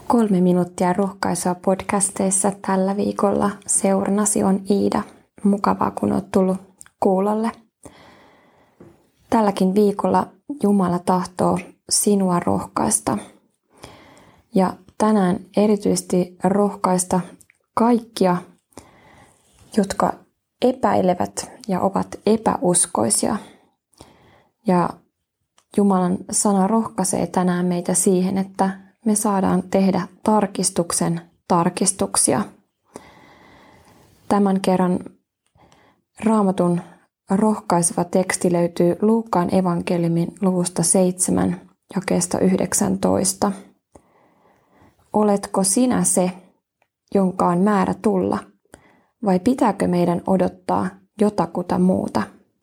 3 minuuttia rohkaisua podcasteissa tällä viikolla seurannasi on Iida. Mukavaa, kun olet tullut kuulolle. Tälläkin viikolla Jumala tahtoo sinua rohkaista. Ja tänään erityisesti rohkaista kaikkia, jotka epäilevät ja ovat epäuskoisia. Ja Jumalan sana rohkaisee tänään meitä siihen, että me saadaan tehdä tarkistuksia. Tämän kerran Raamatun rohkaiseva teksti löytyy Luukkaan evankeliumin luvusta 7, jakeesta 19. Oletko sinä se, jonka on määrä tulla, vai pitääkö meidän odottaa jotakuta muuta?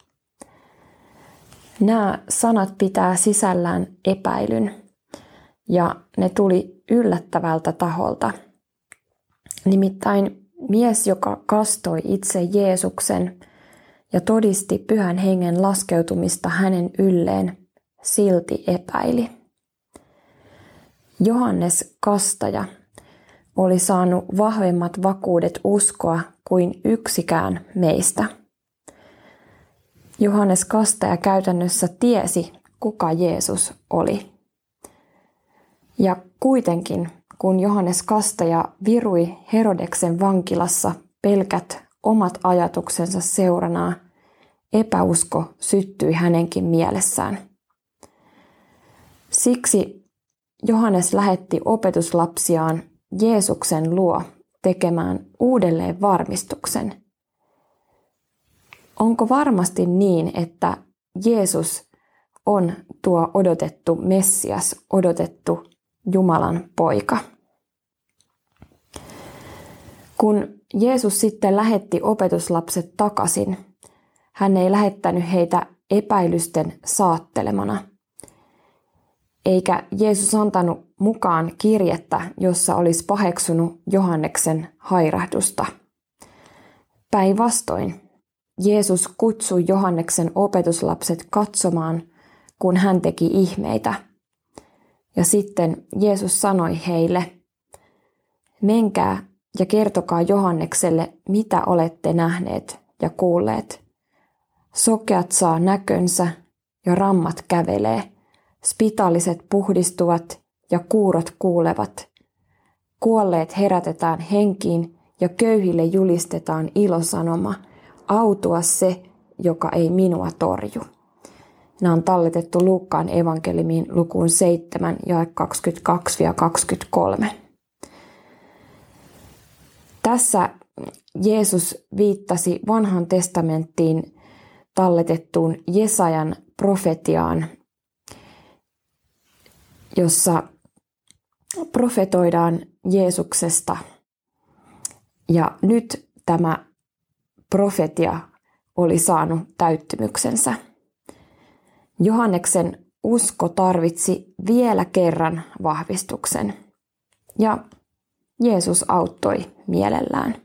Nämä sanat pitää sisällään epäilyn. Ja ne tuli yllättävältä taholta. Nimittäin mies, joka kastoi itse Jeesuksen ja todisti Pyhän Hengen laskeutumista hänen ylleen, silti epäili. Johannes Kastaja oli saanut vahvemmat vakuudet uskoa kuin yksikään meistä. Johannes Kastaja käytännössä tiesi, kuka Jeesus oli. Ja kuitenkin, kun Johannes Kastaja virui Herodeksen vankilassa pelkät omat ajatuksensa seurana, epäusko syttyi hänenkin mielessään. Siksi Johannes lähetti opetuslapsiaan Jeesuksen luo tekemään uudelleen varmistuksen. Onko varmasti niin, että Jeesus on tuo odotettu Messias, odotettu Jumalan poika? Kun Jeesus sitten lähetti opetuslapset takaisin, hän ei lähettänyt heitä epäilysten saattelemana. Eikä Jeesus antanut mukaan kirjettä, jossa olisi paheksunut Johanneksen hairahdusta. Päinvastoin, Jeesus kutsui Johanneksen opetuslapset katsomaan, kun hän teki ihmeitä. Ja sitten Jeesus sanoi heille, menkää ja kertokaa Johannekselle, mitä olette nähneet ja kuulleet. Sokeat saa näkönsä ja rammat kävelee, spitaaliset puhdistuvat ja kuurot kuulevat. Kuolleet herätetään henkiin ja köyhille julistetaan ilosanoma, autua se, joka ei minua torju. Nämä on talletettu Luukkaan evankeliumiin lukuun 7 ja 22-23. Tässä Jeesus viittasi Vanhaan testamenttiin talletettuun Jesajan profetiaan, jossa profetoidaan Jeesuksesta. Ja nyt tämä profetia oli saanut täyttymyksensä. Johanneksen usko tarvitsi vielä kerran vahvistuksen, ja Jeesus auttoi mielellään.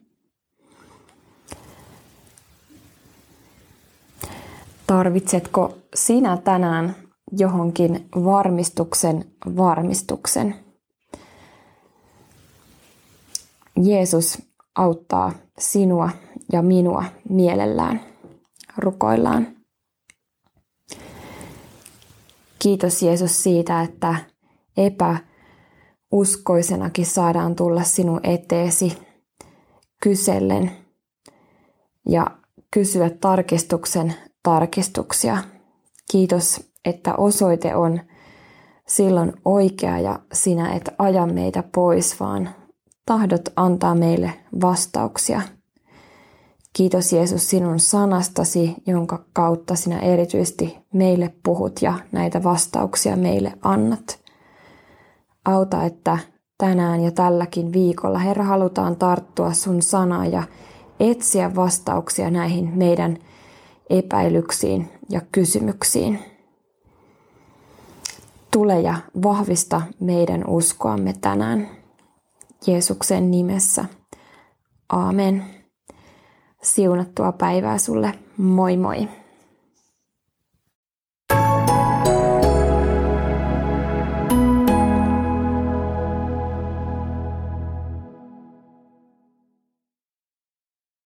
Tarvitsetko sinä tänään johonkin varmistuksen? Jeesus auttaa sinua ja minua mielellään. Rukoillaan. Kiitos Jeesus siitä, että epäuskoisenakin saadaan tulla sinun eteesi kysellen ja kysyä tarkistuksia. Kiitos, että osoite on silloin oikea ja sinä et aja meitä pois, vaan tahdot antaa meille vastauksia. Kiitos Jeesus sinun sanastasi, jonka kautta sinä erityisesti meille puhut ja näitä vastauksia meille annat. Auta, että tänään ja tälläkin viikolla, Herra, halutaan tarttua sun sanaan ja etsiä vastauksia näihin meidän epäilyksiin ja kysymyksiin. Tule ja vahvista meidän uskoamme tänään. Jeesuksen nimessä. Aamen. Siunattua päivää sulle. Moi moi!